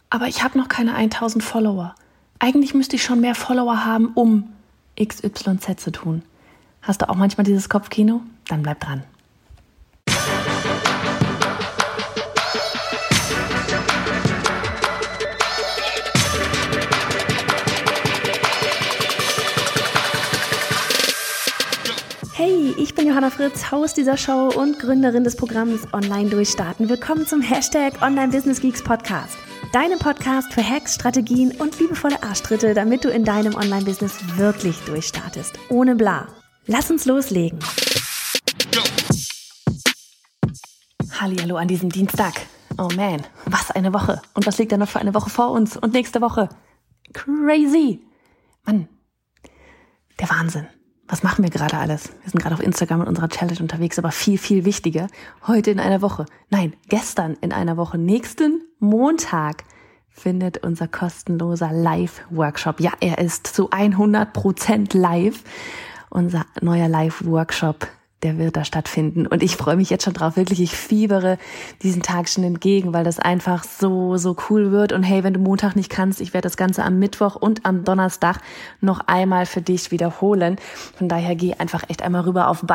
aber ich habe noch keine 1000 Follower. Eigentlich müsste ich schon mehr Follower haben, um XYZ zu tun. Hast du auch manchmal dieses Kopfkino? Dann bleib dran. Hey, ich bin Johanna Fritz, Host dieser Show und Gründerin des Programms Online Durchstarten. Willkommen zum Hashtag Online Business Geeks Podcast. Deinem Podcast für Hacks, Strategien und liebevolle Arschtritte, damit du in deinem Online-Business wirklich durchstartest. Ohne bla. Lass uns loslegen. Hallihallo an diesem Dienstag. Oh man, was eine Woche. Und was liegt da noch für eine Woche vor uns? Und nächste Woche? Crazy. Mann, der Wahnsinn. Was machen wir gerade alles? Wir sind gerade auf Instagram mit unserer Challenge unterwegs, aber viel, viel wichtiger, heute in einer Woche, nein, gestern in einer Woche, nächsten Montag findet unser kostenloser Live-Workshop. Ja, er ist zu 100% live. Unser neuer Live-Workshop, der wird da stattfinden. Und ich freue mich jetzt schon drauf, wirklich, ich fiebere diesen Tag schon entgegen, weil das einfach so cool wird. Und hey, wenn du Montag nicht kannst, ich werde das Ganze am Mittwoch und am Donnerstag noch einmal für dich wiederholen. Von daher geh einfach echt einmal rüber auf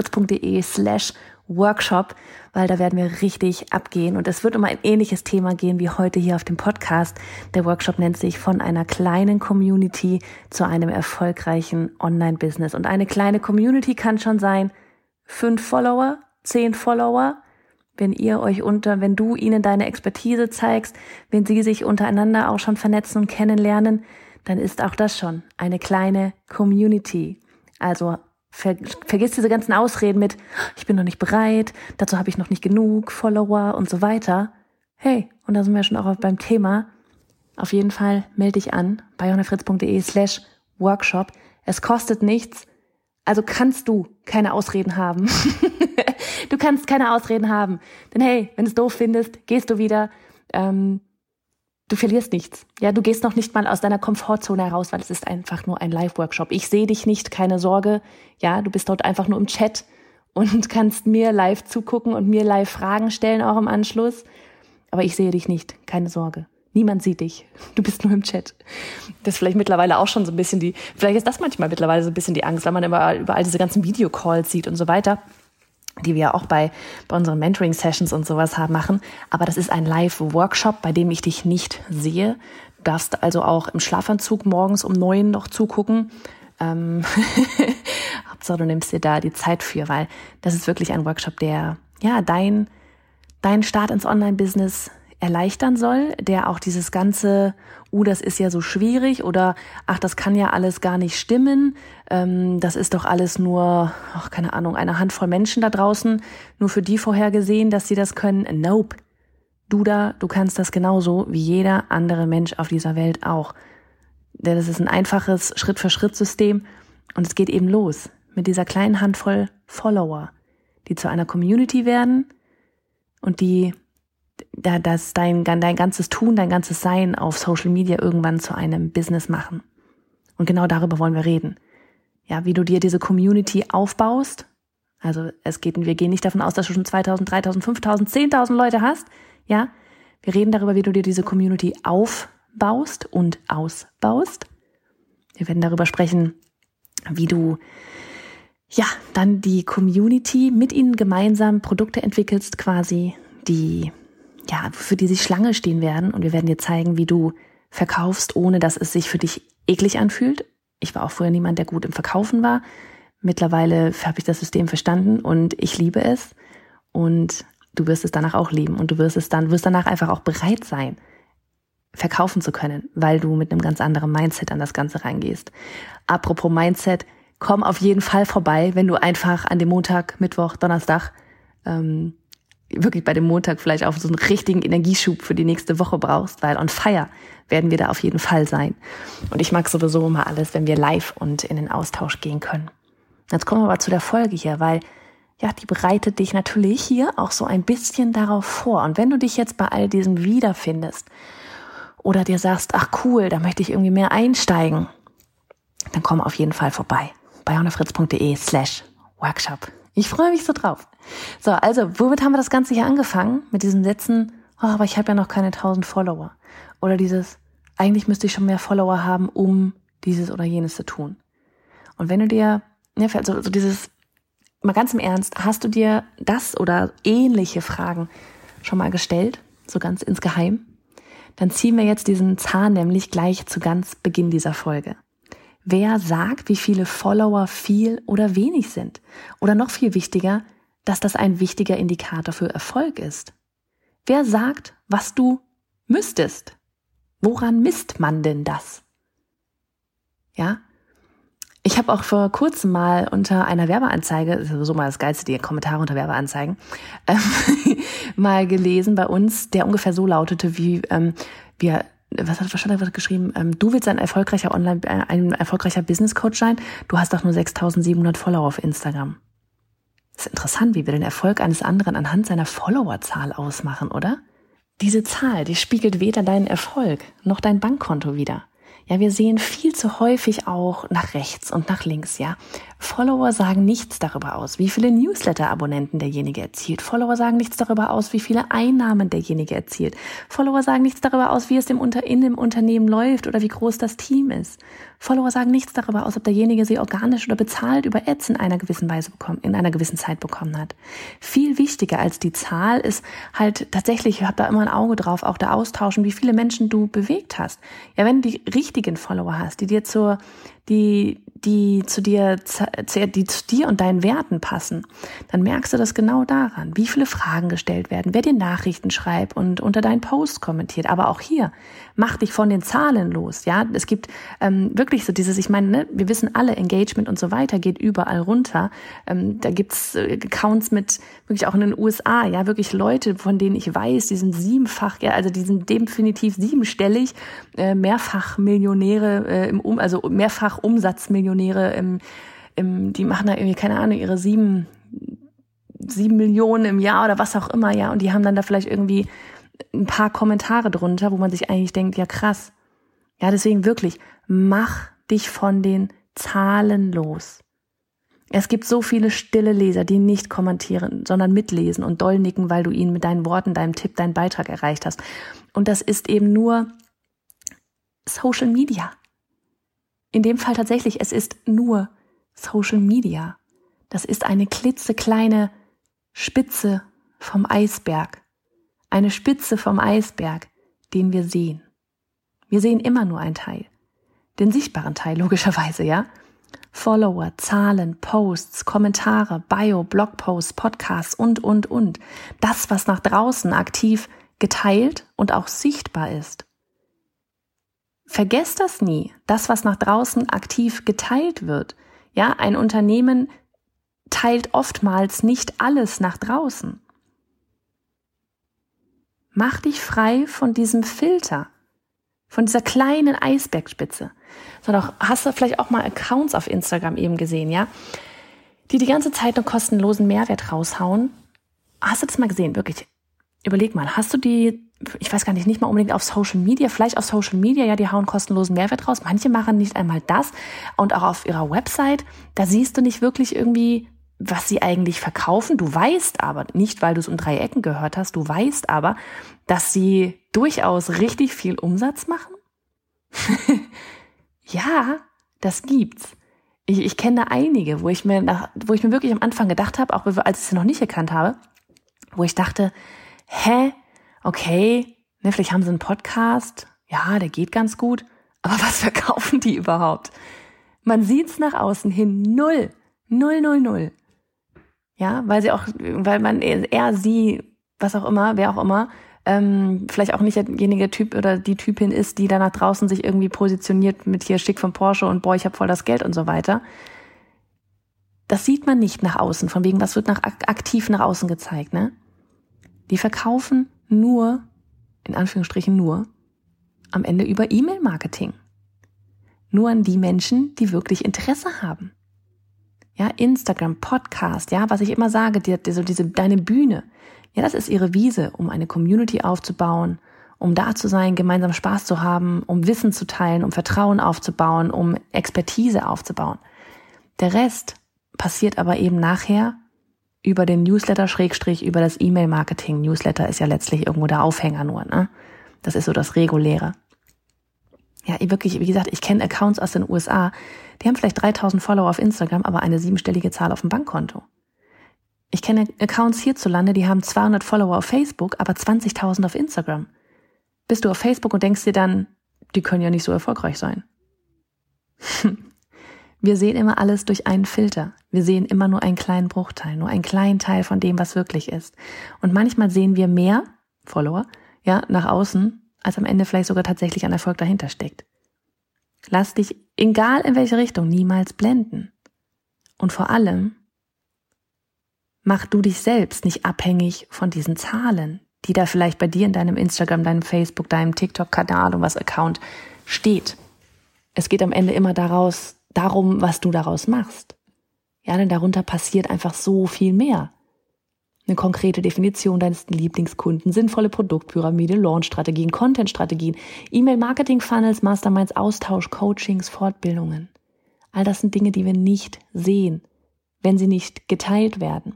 johannafritz.de/Workshop, weil da werden wir richtig abgehen. Und es wird um ein ähnliches Thema gehen wie heute hier auf dem Podcast. Der Workshop nennt sich von einer kleinen Community zu einem erfolgreichen Online-Business. Und eine kleine Community kann schon sein, 5 Follower, 10 Follower, wenn du ihnen deine Expertise zeigst, wenn sie sich untereinander auch schon vernetzen und kennenlernen, dann ist auch das schon eine kleine Community. Also vergiss diese ganzen Ausreden mit, ich bin noch nicht bereit, dazu habe ich noch nicht genug Follower und so weiter. Hey, und da sind wir schon auch beim Thema. Auf jeden Fall melde dich an bei johannafritz.de/Workshop. Es kostet nichts. Also kannst du keine Ausreden haben. Du kannst keine Ausreden haben. Denn hey, wenn du es doof findest, gehst du wieder. Du verlierst nichts. Ja, du gehst noch nicht mal aus deiner Komfortzone heraus, weil es ist einfach nur ein Live-Workshop. Ich sehe dich nicht, keine Sorge. Ja, du bist dort einfach nur im Chat und kannst mir live zugucken und mir live Fragen stellen, auch im Anschluss. Aber ich sehe dich nicht, keine Sorge. Niemand sieht dich. Du bist nur im Chat. Das ist vielleicht mittlerweile auch schon so ein bisschen vielleicht ist das manchmal mittlerweile so ein bisschen die Angst, weil man überall diese ganzen Videocalls sieht und so weiter, die wir ja auch bei unseren Mentoring-Sessions und sowas machen. Aber das ist ein Live-Workshop, bei dem ich dich nicht sehe. Du darfst also auch im Schlafanzug morgens um 9 noch zugucken. Hauptsache, du nimmst dir da die Zeit für, weil das ist wirklich ein Workshop, der ja deinen Start ins Online-Business erleichtern soll, der auch dieses ganze, das ist ja so schwierig oder das kann ja alles gar nicht stimmen, das ist doch alles nur, keine Ahnung, eine Handvoll Menschen da draußen, nur für die vorhergesehen, dass sie das können. Nope. Du kannst das genauso wie jeder andere Mensch auf dieser Welt auch. Denn das ist ein einfaches Schritt-für-Schritt-System und es geht eben los mit dieser kleinen Handvoll Follower, die zu einer Community werden und die dass dein ganzes Tun, dein ganzes Sein auf Social Media irgendwann zu einem Business machen. Und genau darüber wollen wir reden. Ja, wie du dir diese Community aufbaust. Also wir gehen nicht davon aus, dass du schon 2000, 3000, 5000, 10.000 Leute hast. Ja, wir reden darüber, wie du dir diese Community aufbaust und ausbaust. Wir werden darüber sprechen, wie du dann die Community mit ihnen gemeinsam Produkte entwickelst, quasi, für die sich Schlange stehen werden. Und wir werden dir zeigen, wie du verkaufst, ohne dass es sich für dich eklig anfühlt. Ich war auch früher niemand, der gut im Verkaufen war. Mittlerweile habe ich das System verstanden und ich liebe es. Und du wirst es danach auch lieben. Und du wirst danach einfach auch bereit sein, verkaufen zu können, weil du mit einem ganz anderen Mindset an das Ganze reingehst. Apropos Mindset, komm auf jeden Fall vorbei, wenn du einfach an dem Montag, Mittwoch, Donnerstag wirklich bei dem Montag vielleicht auch so einen richtigen Energieschub für die nächste Woche brauchst, weil on fire werden wir da auf jeden Fall sein. Und ich mag sowieso immer alles, wenn wir live und in den Austausch gehen können. Jetzt kommen wir aber zu der Folge hier, weil die bereitet dich natürlich hier auch so ein bisschen darauf vor. Und wenn du dich jetzt bei all diesem wiederfindest oder dir sagst, cool, da möchte ich irgendwie mehr einsteigen, dann komm auf jeden Fall vorbei bei johannafritz.de/Workshop. Ich freue mich so drauf. So, also, womit haben wir das Ganze hier angefangen? Mit diesen Sätzen, aber ich habe ja noch keine 1000 Follower. Oder dieses, eigentlich müsste ich schon mehr Follower haben, um dieses oder jenes zu tun. Und wenn du dir, so dieses, mal ganz im Ernst, hast du dir das oder ähnliche Fragen schon mal gestellt, so ganz insgeheim? Dann ziehen wir jetzt diesen Zahn nämlich gleich zu ganz Beginn dieser Folge. Wer sagt, wie viele Follower viel oder wenig sind? Oder noch viel wichtiger, dass das ein wichtiger Indikator für Erfolg ist? Wer sagt, was du müsstest? Woran misst man denn das? Ja, ich habe auch vor kurzem mal unter einer Werbeanzeige, das ist sowieso mal das Geilste, die Kommentare unter Werbeanzeigen, mal gelesen bei uns, der ungefähr so lautete wie, was hat er geschrieben? Du willst ein erfolgreicher Business Coach sein, du hast doch nur 6.700 Follower auf Instagram. Das ist interessant, wie wir den Erfolg eines anderen anhand seiner Followerzahl ausmachen, oder? Diese Zahl, die spiegelt weder deinen Erfolg noch dein Bankkonto wider. Ja, wir sehen viel zu häufig auch nach rechts und nach links, ja. Follower sagen nichts darüber aus, wie viele Newsletter-Abonnenten derjenige erzielt. Follower sagen nichts darüber aus, wie viele Einnahmen derjenige erzielt. Follower sagen nichts darüber aus, wie es in dem Unternehmen läuft oder wie groß das Team ist. Follower sagen nichts darüber aus, ob derjenige sie organisch oder bezahlt über Ads in einer gewissen Zeit bekommen hat. Viel wichtiger als die Zahl ist halt tatsächlich, ich habe da immer ein Auge drauf, auch der Austausch und wie viele Menschen du bewegt hast. Ja, wenn du die richtigen Follower hast, die zu dir und deinen Werten passen, dann merkst du das genau daran, wie viele Fragen gestellt werden, wer dir Nachrichten schreibt und unter deinen Posts kommentiert. Aber auch hier, mach dich von den Zahlen los. Ja, es gibt wirklich so dieses, ich meine, ne, wir wissen alle, Engagement und so weiter geht überall runter. Da gibt's Accounts mit wirklich auch in den USA, ja, wirklich Leute, von denen ich weiß, die sind die sind definitiv siebenstellig, mehrfach Millionäre mehrfach Umsatzmillionäre die machen da irgendwie, keine Ahnung, ihre 7 Millionen im Jahr oder was auch immer, ja, und die haben dann da vielleicht irgendwie ein paar Kommentare drunter, wo man sich eigentlich denkt, ja krass. Ja, deswegen wirklich, mach dich von den Zahlen los. Es gibt so viele stille Leser, die nicht kommentieren, sondern mitlesen und doll nicken, weil du ihnen mit deinen Worten, deinem Tipp, deinen Beitrag erreicht hast. Und das ist eben nur Social Media. In dem Fall tatsächlich, es ist nur Social Media. Das ist eine klitzekleine Spitze vom Eisberg. Eine Spitze vom Eisberg, den wir sehen. Wir sehen immer nur einen Teil. Den sichtbaren Teil, logischerweise, ja. Follower, Zahlen, Posts, Kommentare, Bio, Blogposts, Podcasts und. Das, was nach draußen aktiv geteilt und auch sichtbar ist. Vergesst das nie. Das, was nach draußen aktiv geteilt wird. Ja, ein Unternehmen teilt oftmals nicht alles nach draußen. Mach dich frei von diesem Filter, von dieser kleinen Eisbergspitze. Sondern hast du vielleicht auch mal Accounts auf Instagram eben gesehen, ja, die ganze Zeit einen kostenlosen Mehrwert raushauen. Hast du das mal gesehen? Wirklich? Überleg mal, hast du die, ich weiß gar nicht mal unbedingt auf Social Media, vielleicht auf Social Media, ja, die hauen kostenlosen Mehrwert raus. Manche machen nicht einmal das. Und auch auf ihrer Website, da siehst du nicht wirklich irgendwie, was sie eigentlich verkaufen. Du weißt aber, nicht weil du es um 3 Ecken gehört hast, du weißt aber, dass sie durchaus richtig viel Umsatz machen. Ja, das gibt's. Ich kenne da einige, wo ich mir wirklich am Anfang gedacht habe, auch als ich sie noch nicht gekannt habe, wo ich dachte, okay, ne, vielleicht haben sie einen Podcast, ja, der geht ganz gut, aber was verkaufen die überhaupt? Man sieht's nach außen hin 0. Ja, weil man eher sie, was auch immer, wer auch immer, vielleicht auch nicht derjenige Typ oder die Typin ist, die da nach draußen sich irgendwie positioniert mit hier schick vom Porsche und boah, ich habe voll das Geld und so weiter. Das sieht man nicht nach außen, von wegen, was wird aktiv nach außen gezeigt, ne? Die verkaufen nur, in Anführungsstrichen nur, am Ende über E-Mail-Marketing. Nur an die Menschen, die wirklich Interesse haben. Ja, Instagram, Podcast, ja, was ich immer sage, deine Bühne. Ja, das ist ihre Wiese, um eine Community aufzubauen, um da zu sein, gemeinsam Spaß zu haben, um Wissen zu teilen, um Vertrauen aufzubauen, um Expertise aufzubauen. Der Rest passiert aber eben nachher über den Newsletter / über das E-Mail-Marketing. Newsletter ist ja letztlich irgendwo der Aufhänger nur, ne? Das ist so das Reguläre. Ja, wirklich, wie gesagt, ich kenne Accounts aus den USA, die haben vielleicht 3000 Follower auf Instagram, aber eine 7-stellige Zahl auf dem Bankkonto. Ich kenne Accounts hierzulande, die haben 200 Follower auf Facebook, aber 20.000 auf Instagram. Bist du auf Facebook und denkst dir dann, die können ja nicht so erfolgreich sein. Wir sehen immer alles durch einen Filter. Wir sehen immer nur einen kleinen Bruchteil, nur einen kleinen Teil von dem, was wirklich ist. Und manchmal sehen wir mehr Follower, ja, nach außen, als am Ende vielleicht sogar tatsächlich ein Erfolg dahinter steckt. Lass dich, egal in welche Richtung, niemals blenden. Und vor allem, mach du dich selbst nicht abhängig von diesen Zahlen, die da vielleicht bei dir in deinem Instagram, deinem Facebook, deinem TikTok-Kanal und was Account steht. Es geht am Ende immer darum, was du daraus machst. Ja, denn darunter passiert einfach so viel mehr. Eine konkrete Definition deines Lieblingskunden, sinnvolle Produktpyramide, Launch-Strategien, Content-Strategien, E-Mail-Marketing-Funnels, Masterminds, Austausch, Coachings, Fortbildungen. All das sind Dinge, die wir nicht sehen, wenn sie nicht geteilt werden.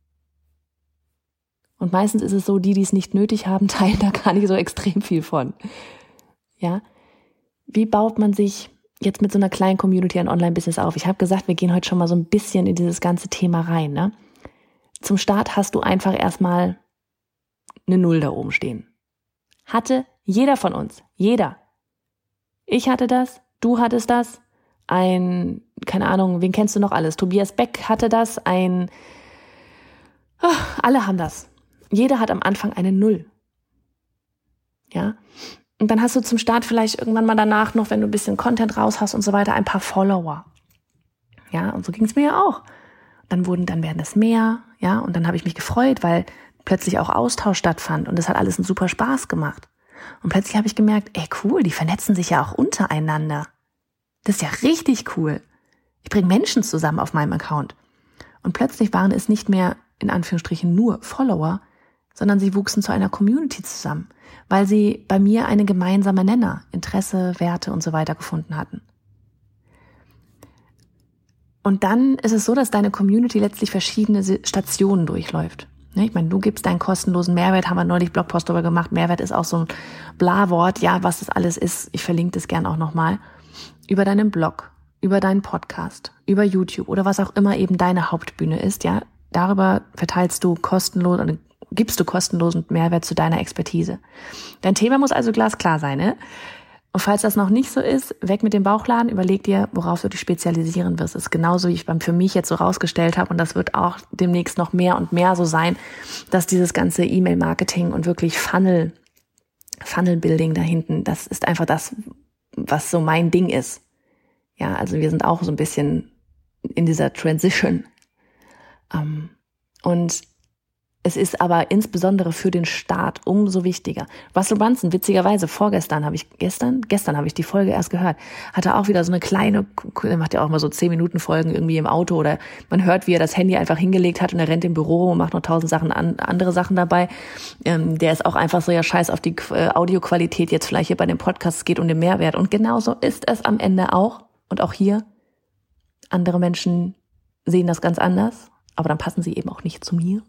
Und meistens ist es so, die es nicht nötig haben, teilen da gar nicht so extrem viel von. Ja? Wie baut man sich jetzt mit so einer kleinen Community ein Online-Business auf? Ich habe gesagt, wir gehen heute schon mal so ein bisschen in dieses ganze Thema rein, ne? Zum Start hast du einfach erstmal eine 0 da oben stehen. Hatte jeder von uns. Jeder. Ich hatte das, du hattest das, keine Ahnung, wen kennst du noch alles? Tobias Beck hatte das, alle haben das. Jeder hat am Anfang eine 0. Ja. Und dann hast du zum Start vielleicht irgendwann mal danach noch, wenn du ein bisschen Content raus hast und so weiter, ein paar Follower. Ja, und so ging es mir ja auch. Dann werden es mehr, ja, und dann habe ich mich gefreut, weil plötzlich auch Austausch stattfand und das hat alles einen super Spaß gemacht. Und plötzlich habe ich gemerkt, cool, die vernetzen sich ja auch untereinander. Das ist ja richtig cool. Ich bringe Menschen zusammen auf meinem Account. Und plötzlich waren es nicht mehr, in Anführungsstrichen, nur Follower, sondern sie wuchsen zu einer Community zusammen, weil sie bei mir eine gemeinsame Nenner, Interesse, Werte und so weiter gefunden hatten. Und dann ist es so, dass deine Community letztlich verschiedene Stationen durchläuft. Ich meine, du gibst deinen kostenlosen Mehrwert, haben wir neulich Blogpost darüber gemacht. Mehrwert ist auch so ein Bla-Wort, ja, was das alles ist. Ich verlinke das gern auch nochmal. Über deinen Blog, über deinen Podcast, über YouTube oder was auch immer eben deine Hauptbühne ist, ja. Darüber gibst du kostenlosen Mehrwert zu deiner Expertise. Dein Thema muss also glasklar sein, ne? Und falls das noch nicht so ist, weg mit dem Bauchladen, überleg dir, worauf du dich spezialisieren wirst. Das ist genauso, wie ich für mich jetzt so rausgestellt habe und das wird auch demnächst noch mehr und mehr so sein, dass dieses ganze E-Mail-Marketing und wirklich Funnel-Building da hinten, das ist einfach das, was so mein Ding ist. Ja, also wir sind auch so ein bisschen in dieser Transition. Und es ist aber insbesondere für den Start umso wichtiger. Russell Brunson, witzigerweise, gestern habe ich die Folge erst gehört, hatte auch wieder so eine kleine, er macht ja auch mal so 10-Minuten-Folgen irgendwie im Auto oder man hört, wie er das Handy einfach hingelegt hat und er rennt im Büro und macht noch 1000 andere Sachen dabei. Der ist auch einfach so, ja, scheiß auf die Audioqualität jetzt vielleicht hier bei dem Podcast, es geht um den Mehrwert. Und genauso ist es am Ende auch. Und auch hier, andere Menschen sehen das ganz anders, aber dann passen sie eben auch nicht zu mir.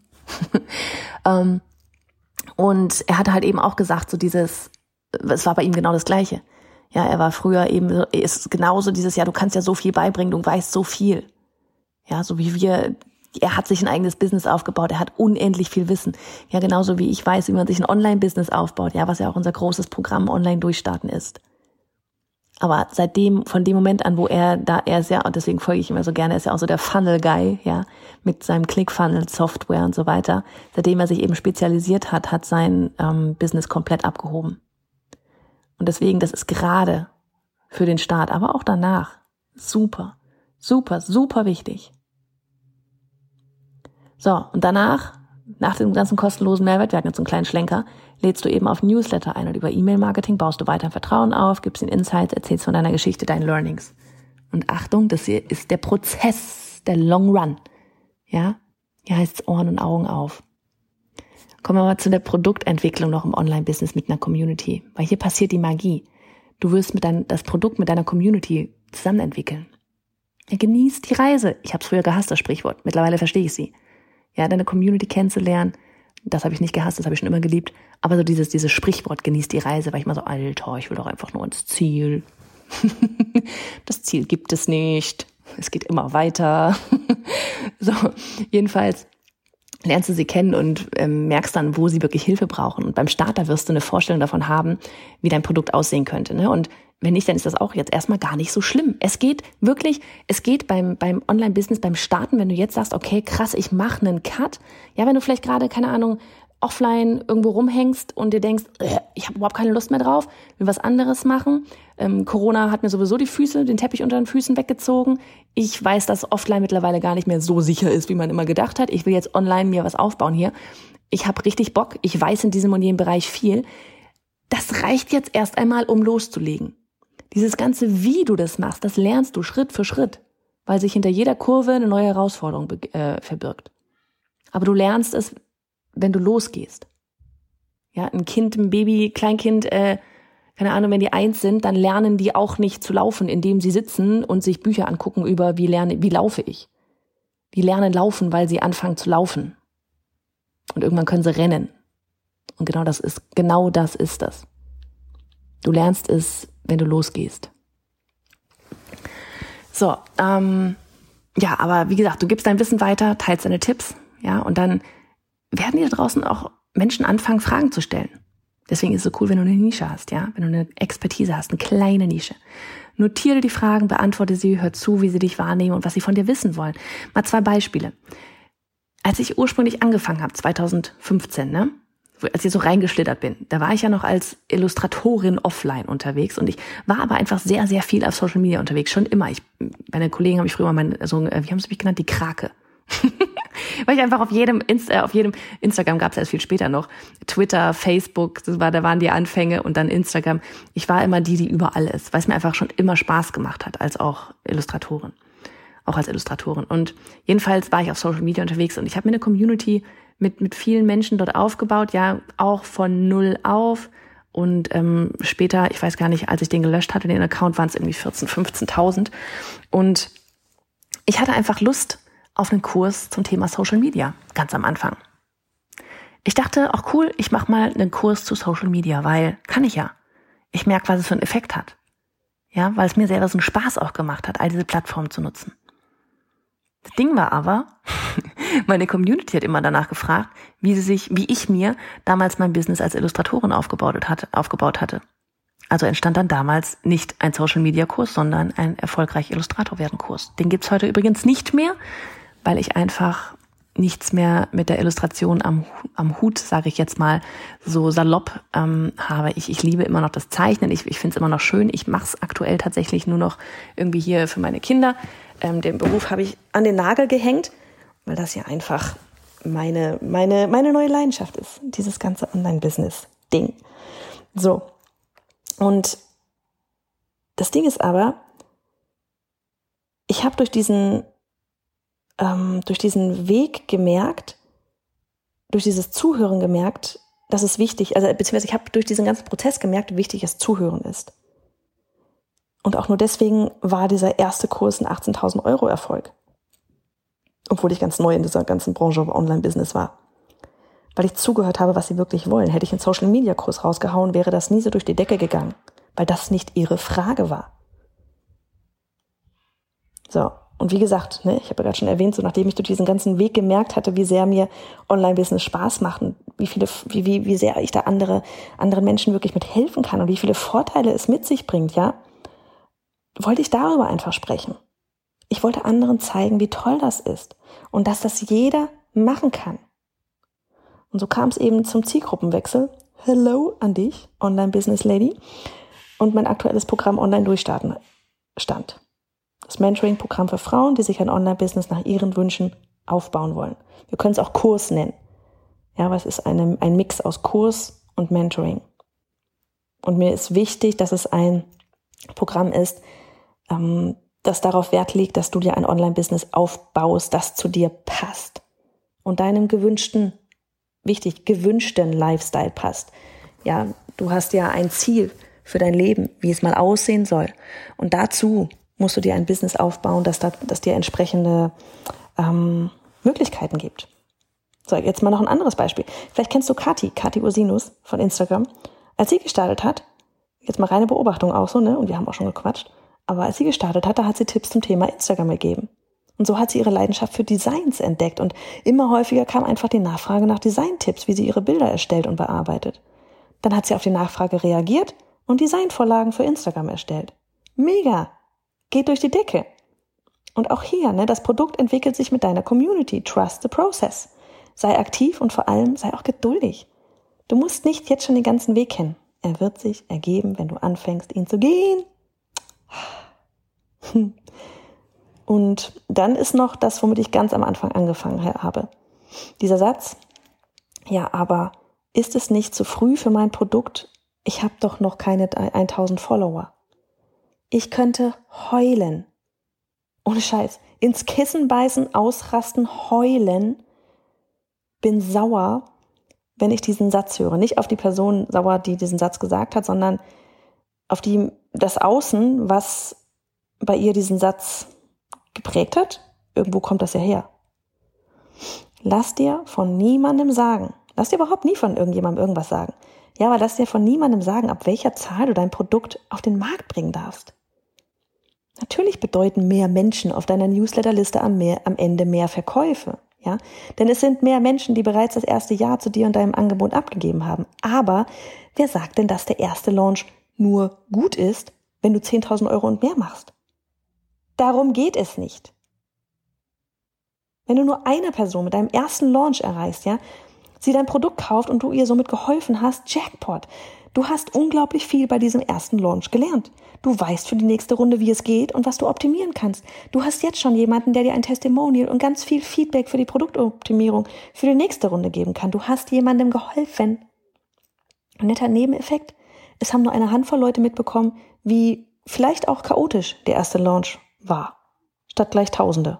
Und er hatte halt eben auch gesagt, es war bei ihm genau das Gleiche. Ja, er war früher eben, ist genauso dieses, ja, du kannst ja so viel beibringen, du weißt so viel. Ja, so wie er hat sich ein eigenes Business aufgebaut, er hat unendlich viel Wissen. Ja, genauso wie ich weiß, wie man sich ein Online-Business aufbaut, ja, was ja auch unser großes Programm Online durchstarten ist. Aber von dem Moment an, er ist ja, und deswegen folge ich ihm ja so gerne, ist ja auch so der Funnel-Guy, ja, mit seinem Click-Funnel-Software und so weiter. Seitdem er sich eben spezialisiert hat sein Business komplett abgehoben. Und deswegen, das ist gerade für den Start, aber auch danach super, super, super wichtig. So, und danach, nach dem ganzen kostenlosen Mehrwert, wir hatten jetzt so einen kleinen Schlenker, lädst du eben auf Newsletter ein und über E-Mail-Marketing baust du weiter Vertrauen auf, gibst ihnen Insights, erzählst von deiner Geschichte, deinen Learnings. Und Achtung, das hier ist der Prozess, der Long Run. Ja, hier heißt es Ohren und Augen auf. Kommen wir mal zu der Produktentwicklung noch im Online-Business mit einer Community, weil hier passiert die Magie. Du wirst das Produkt mit deiner Community zusammen entwickeln. Ja, genieß die Reise. Ich habe es früher gehasst, das Sprichwort. Mittlerweile verstehe ich sie. Ja, deine Community kennenzulernen, Das habe ich nicht gehasst, das habe ich schon immer geliebt. Aber so dieses Sprichwort, genießt die Reise, war ich mal so, Alter, ich will doch einfach nur ins Ziel. Das Ziel gibt es nicht. Es geht immer weiter. So, jedenfalls lernst du sie kennen und merkst dann, wo sie wirklich Hilfe brauchen. Und beim Starter wirst du eine Vorstellung davon haben, wie dein Produkt aussehen könnte. Ne? Und wenn nicht, dann ist das auch jetzt erstmal gar nicht so schlimm. Es geht beim Online-Business, beim Starten, wenn du jetzt sagst, okay, krass, ich mache einen Cut. Ja, wenn du vielleicht gerade, keine Ahnung, offline irgendwo rumhängst und dir denkst, ich habe überhaupt keine Lust mehr drauf, will was anderes machen. Corona hat mir sowieso den Teppich unter den Füßen weggezogen. Ich weiß, dass offline mittlerweile gar nicht mehr so sicher ist, wie man immer gedacht hat. Ich will jetzt online mir was aufbauen hier. Ich habe richtig Bock. Ich weiß in diesem und jenem Bereich viel. Das reicht jetzt erst einmal, um loszulegen. Dieses ganze, wie du das machst, das lernst du Schritt für Schritt, weil sich hinter jeder Kurve eine neue Herausforderung verbirgt. Aber du lernst es, wenn du losgehst. Ja, ein Kind, ein Baby, Kleinkind, keine Ahnung, wenn die 1 sind, dann lernen die auch nicht zu laufen, indem sie sitzen und sich Bücher angucken über, wie laufe ich. Die lernen laufen, weil sie anfangen zu laufen. Und irgendwann können sie rennen. Und genau das ist das. Du lernst es, wenn du losgehst. So, ja, aber wie gesagt, du gibst dein Wissen weiter, teilst deine Tipps, ja, und dann werden dir da draußen auch Menschen anfangen, Fragen zu stellen. Deswegen ist es so cool, wenn du eine Nische hast, ja, wenn du eine Expertise hast, eine kleine Nische. Notiere die Fragen, beantworte sie, hör zu, wie sie dich wahrnehmen und was sie von dir wissen wollen. Mal 2 Beispiele. Als ich ursprünglich angefangen habe, 2015, ne, als ich so reingeschlittert bin, da war ich ja noch als Illustratorin offline unterwegs und ich war aber einfach sehr, sehr viel auf Social Media unterwegs, schon immer. Meine Kollegen haben mich früher mal wie haben sie mich genannt, die Krake. Weil ich einfach auf jedem Instagram gab es erst viel später noch, Twitter, Facebook, da waren die Anfänge und dann Instagram. Ich war immer die überall ist, weil es mir einfach schon immer Spaß gemacht hat, als Illustratorin. Und jedenfalls war ich auf Social Media unterwegs und ich habe mir eine Community mit vielen Menschen dort aufgebaut, ja, auch von 0 auf. Und später, ich weiß gar nicht, als ich den gelöscht hatte, den Account, waren es irgendwie 14.000, 15.000. Und ich hatte einfach Lust auf einen Kurs zum Thema Social Media, ganz am Anfang. Ich dachte, auch cool, ich mache mal einen Kurs zu Social Media, weil kann ich ja. Ich merke, was es für einen Effekt hat. Ja, weil es mir selber so einen Spaß auch gemacht hat, all diese Plattformen zu nutzen. Das Ding war aber, meine Community hat immer danach gefragt, wie ich mir damals mein Business als Illustratorin aufgebaut hatte. Also entstand dann damals nicht ein Social-Media-Kurs, sondern ein erfolgreich Illustrator-werden-Kurs. Den gibt's heute übrigens nicht mehr, weil ich einfach nichts mehr mit der Illustration am Hut, sage ich jetzt mal so salopp, habe. Ich liebe immer noch das Zeichnen, ich finde es immer noch schön. Ich mache es aktuell tatsächlich nur noch irgendwie hier für meine Kinder. Den Beruf habe ich an den Nagel gehängt, weil das ja einfach meine neue Leidenschaft ist, dieses ganze Online-Business-Ding. So, und das Ding ist aber, ich habe durch diesen Weg gemerkt, durch dieses Zuhören gemerkt, dass es wichtig, also beziehungsweise ich habe durch diesen ganzen Prozess gemerkt, wie wichtig das Zuhören ist. Und auch nur deswegen war dieser erste Kurs ein 18.000 € Erfolg. Obwohl ich ganz neu in dieser ganzen Branche Online-Business war. Weil ich zugehört habe, was sie wirklich wollen. Hätte ich einen Social-Media-Kurs rausgehauen, wäre das nie so durch die Decke gegangen. Weil das nicht ihre Frage war. So, und wie gesagt, ich habe ja gerade schon erwähnt, so nachdem ich durch diesen ganzen Weg gemerkt hatte, wie sehr mir Online-Business Spaß macht und wie sehr ich da anderen Menschen wirklich mit helfen kann und wie viele Vorteile es mit sich bringt, ja, wollte ich darüber einfach sprechen. Ich wollte anderen zeigen, wie toll das ist und dass das jeder machen kann. Und so kam es eben zum Zielgruppenwechsel. Hello an dich, Online-Business-Lady. Und mein aktuelles Programm Online Durchstarten stand. Das Mentoring-Programm für Frauen, die sich ein Online-Business nach ihren Wünschen aufbauen wollen. Wir können es auch Kurs nennen. Ja, aber es ist ein Mix aus Kurs und Mentoring. Und mir ist wichtig, dass es ein Programm ist, das darauf Wert legt, dass du dir ein Online-Business aufbaust, das zu dir passt und deinem gewünschten Lifestyle passt. Ja, du hast ja ein Ziel für dein Leben, wie es mal aussehen soll. Und dazu musst du dir ein Business aufbauen, das dir entsprechende Möglichkeiten gibt. So, jetzt mal noch ein anderes Beispiel. Vielleicht kennst du Kathi Ursinus von Instagram. Als sie gestartet hat, jetzt mal reine Beobachtung auch so, ne? Und wir haben auch schon gequatscht. Aber als sie gestartet hat, da hat sie Tipps zum Thema Instagram gegeben. Und so hat sie ihre Leidenschaft für Designs entdeckt. Und immer häufiger kam einfach die Nachfrage nach Designtipps, wie sie ihre Bilder erstellt und bearbeitet. Dann hat sie auf die Nachfrage reagiert und Designvorlagen für Instagram erstellt. Mega! Geht durch die Decke. Und auch hier, ne, das Produkt entwickelt sich mit deiner Community. Trust the process. Sei aktiv und vor allem sei auch geduldig. Du musst nicht jetzt schon den ganzen Weg kennen. Er wird sich ergeben, wenn du anfängst, ihn zu gehen. Und dann ist noch das, womit ich ganz am Anfang angefangen habe. Dieser Satz, ja, aber ist es nicht zu früh für mein Produkt? Ich habe doch noch keine 1000 Follower. Ich könnte heulen. Ohne Scheiß. Ins Kissen beißen, ausrasten, heulen. Bin sauer, wenn ich diesen Satz höre. Nicht auf die Person sauer, die diesen Satz gesagt hat, sondern auf das Außen, was bei ihr diesen Satz geprägt hat. Irgendwo kommt das ja her. Lass dir von niemandem sagen. Lass dir überhaupt nie von irgendjemandem irgendwas sagen. Ja, aber lass dir von niemandem sagen, ab welcher Zahl du dein Produkt auf den Markt bringen darfst. Natürlich bedeuten mehr Menschen auf deiner Newsletterliste am Ende mehr Verkäufe. Ja, denn es sind mehr Menschen, die bereits das erste Jahr zu dir und deinem Angebot abgegeben haben. Aber wer sagt denn, dass der erste Launch nur gut ist, wenn du 10.000 Euro und mehr machst? Darum geht es nicht. Wenn du nur eine Person mit deinem ersten Launch erreichst, ja, sie dein Produkt kauft und du ihr somit geholfen hast, Jackpot. Du hast unglaublich viel bei diesem ersten Launch gelernt. Du weißt für die nächste Runde, wie es geht und was du optimieren kannst. Du hast jetzt schon jemanden, der dir ein Testimonial und ganz viel Feedback für die Produktoptimierung für die nächste Runde geben kann. Du hast jemandem geholfen. Ein netter Nebeneffekt. Es haben nur eine Handvoll Leute mitbekommen, wie vielleicht auch chaotisch der erste Launch war. Statt gleich Tausende.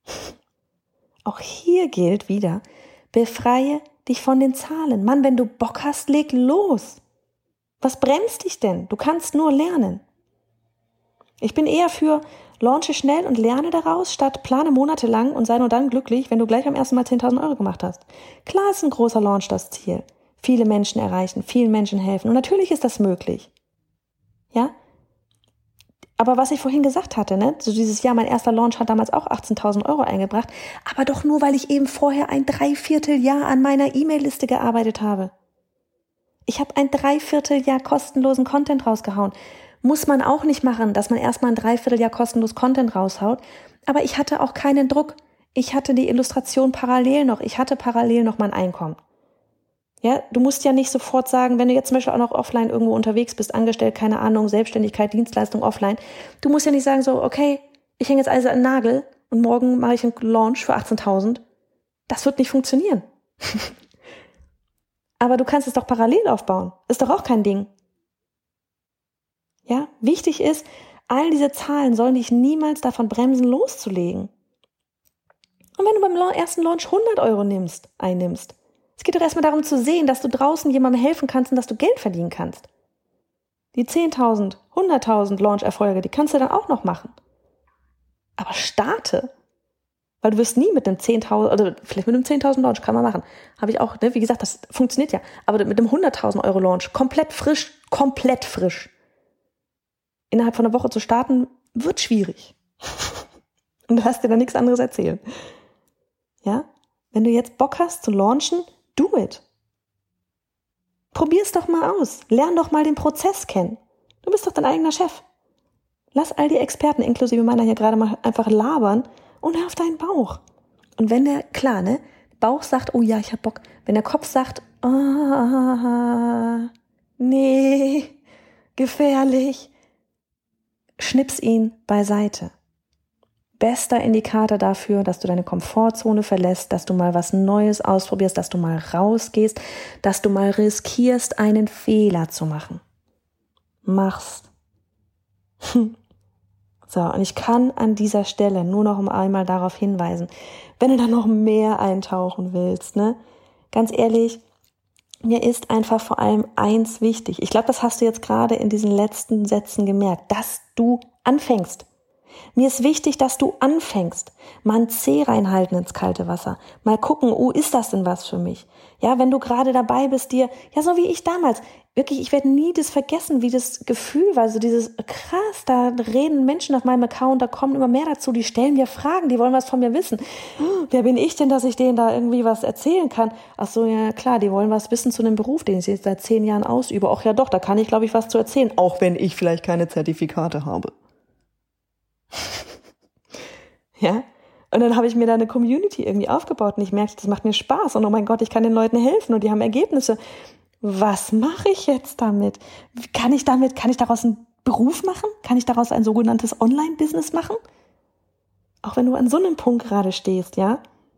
Auch hier gilt wieder, befreie dich von den Zahlen. Mann, wenn du Bock hast, leg los. Was bremst dich denn? Du kannst nur lernen. Ich bin eher für launche schnell und lerne daraus, statt plane monatelang und sei nur dann glücklich, wenn du gleich am ersten Mal 10.000 Euro gemacht hast. Klar ist ein großer Launch das Ziel. Viele Menschen erreichen, vielen Menschen helfen. Und natürlich ist das möglich. Ja? Aber was ich vorhin gesagt hatte, ne, so dieses Jahr, mein erster Launch hat damals auch 18.000 Euro eingebracht, aber doch nur, weil ich eben vorher ein Dreivierteljahr an meiner E-Mail-Liste gearbeitet habe. Ich habe ein Dreivierteljahr kostenlosen Content rausgehauen. Muss man auch nicht machen, dass man erstmal ein Dreivierteljahr kostenlos Content raushaut. Aber ich hatte auch keinen Druck. Ich hatte die Illustration parallel noch. Ich hatte parallel noch mein Einkommen. Ja, du musst ja nicht sofort sagen, wenn du jetzt zum Beispiel auch noch offline irgendwo unterwegs bist, angestellt, keine Ahnung, Selbstständigkeit, Dienstleistung offline. Du musst ja nicht sagen so, okay, ich hänge jetzt alles an den Nagel und morgen mache ich einen Launch für 18.000. Das wird nicht funktionieren. Aber du kannst es doch parallel aufbauen. Ist doch auch kein Ding. Ja, wichtig ist, all diese Zahlen sollen dich niemals davon bremsen, loszulegen. Und wenn du beim ersten Launch 100 Euro einnimmst, es geht doch erstmal darum zu sehen, dass du draußen jemandem helfen kannst und dass du Geld verdienen kannst. Die 10.000, 100.000 Launch-Erfolge, die kannst du dann auch noch machen. Aber starte. Weil du wirst nie mit einem 10.000, oder vielleicht mit einem 10.000 Launch, kann man machen. Habe ich auch, ne, wie gesagt, das funktioniert ja. Aber mit einem 100.000 Euro Launch, komplett frisch, innerhalb von einer Woche zu starten, wird schwierig. Und du hast dir da nichts anderes erzählen. Ja? Wenn du jetzt Bock hast zu launchen, do it. Probier's doch mal aus. Lern doch mal den Prozess kennen. Du bist doch dein eigener Chef. Lass all die Experten, inklusive meiner hier gerade mal einfach labern und hör auf deinen Bauch. Und wenn der, klar, ne, Bauch sagt, oh ja, ich hab Bock. Wenn der Kopf sagt, nee, gefährlich, schnips ihn beiseite. Bester Indikator dafür, dass du deine Komfortzone verlässt, dass du mal was Neues ausprobierst, dass du mal rausgehst, dass du mal riskierst, einen Fehler zu machen. Mach's. So, und ich kann an dieser Stelle nur noch einmal darauf hinweisen, wenn du da noch mehr eintauchen willst, ne? Ganz ehrlich, mir ist einfach vor allem eins wichtig. Ich glaube, das hast du jetzt gerade in diesen letzten Sätzen gemerkt, dass du anfängst. Mir ist wichtig, dass du anfängst. Mal einen Zeh reinhalten ins kalte Wasser. Mal gucken, ist das denn was für mich? Ja, wenn du gerade dabei bist, dir, ja, so wie ich damals, wirklich, ich werde nie das vergessen, wie das Gefühl war, so dieses, krass, da reden Menschen auf meinem Account, da kommen immer mehr dazu, die stellen mir Fragen, die wollen was von mir wissen. Wer bin ich denn, dass ich denen da irgendwie was erzählen kann? Ach so, ja klar, die wollen was wissen zu einem Beruf, den ich jetzt seit 10 Jahren ausübe. Ach ja doch, da kann ich, glaube ich, was zu erzählen, auch wenn ich vielleicht keine Zertifikate habe. Ja, und dann habe ich mir da eine Community irgendwie aufgebaut und ich merkte, das macht mir Spaß und oh mein Gott, ich kann den Leuten helfen und die haben Ergebnisse. Was mache ich jetzt damit? Kann ich daraus einen Beruf machen? Kann ich daraus ein sogenanntes Online-Business machen? Auch wenn du an so einem Punkt gerade stehst, ja?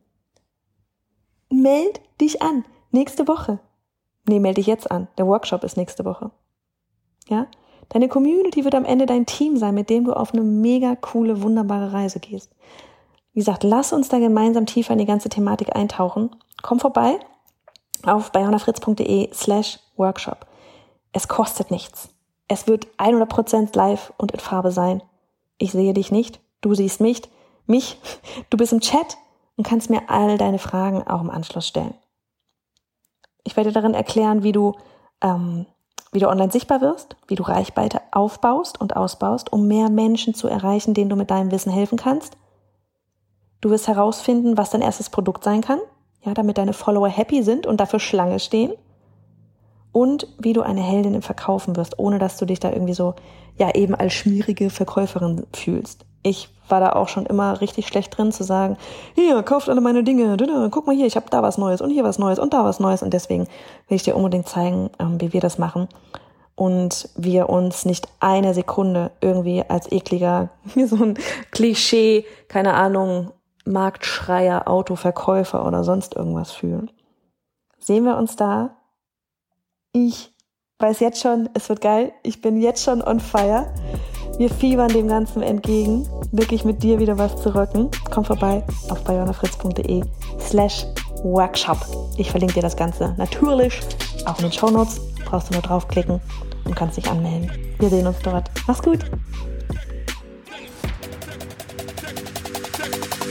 Meld dich an. Nächste Woche. Meld dich jetzt an. Der Workshop ist nächste Woche. Ja? Deine Community wird am Ende dein Team sein, mit dem du auf eine mega coole, wunderbare Reise gehst. Wie gesagt, lass uns da gemeinsam tiefer in die ganze Thematik eintauchen. Komm vorbei auf bayonafritz.de/Workshop. Es kostet nichts. Es wird 100% live und in Farbe sein. Ich sehe dich nicht, du siehst mich. Du bist im Chat und kannst mir all deine Fragen auch im Anschluss stellen. Ich werde darin erklären, wie du online sichtbar wirst, wie du Reichweite aufbaust und ausbaust, um mehr Menschen zu erreichen, denen du mit deinem Wissen helfen kannst. Du wirst herausfinden, was dein erstes Produkt sein kann, ja, damit deine Follower happy sind und dafür Schlange stehen. Und wie du eine Heldin im Verkaufen wirst, ohne dass du dich da irgendwie so, ja, eben als schmierige Verkäuferin fühlst. Ich war da auch schon immer richtig schlecht drin zu sagen, hier, kauft alle meine Dinge, guck mal hier, ich habe da was Neues und hier was Neues und da was Neues. Und deswegen will ich dir unbedingt zeigen, wie wir das machen. Und wir uns nicht eine Sekunde irgendwie als ekliger, wie so ein Klischee, keine Ahnung, Marktschreier, Autoverkäufer oder sonst irgendwas fühlen. Sehen wir uns da? Ich weiß jetzt schon, es wird geil. Ich bin jetzt schon on fire. Wir fiebern dem Ganzen entgegen, wirklich mit dir wieder was zu rocken. Komm vorbei auf bayonafritz.de/Workshop. Ich verlinke dir das Ganze natürlich auch in den Shownotes. Brauchst du nur draufklicken und kannst dich anmelden. Wir sehen uns dort. Mach's gut.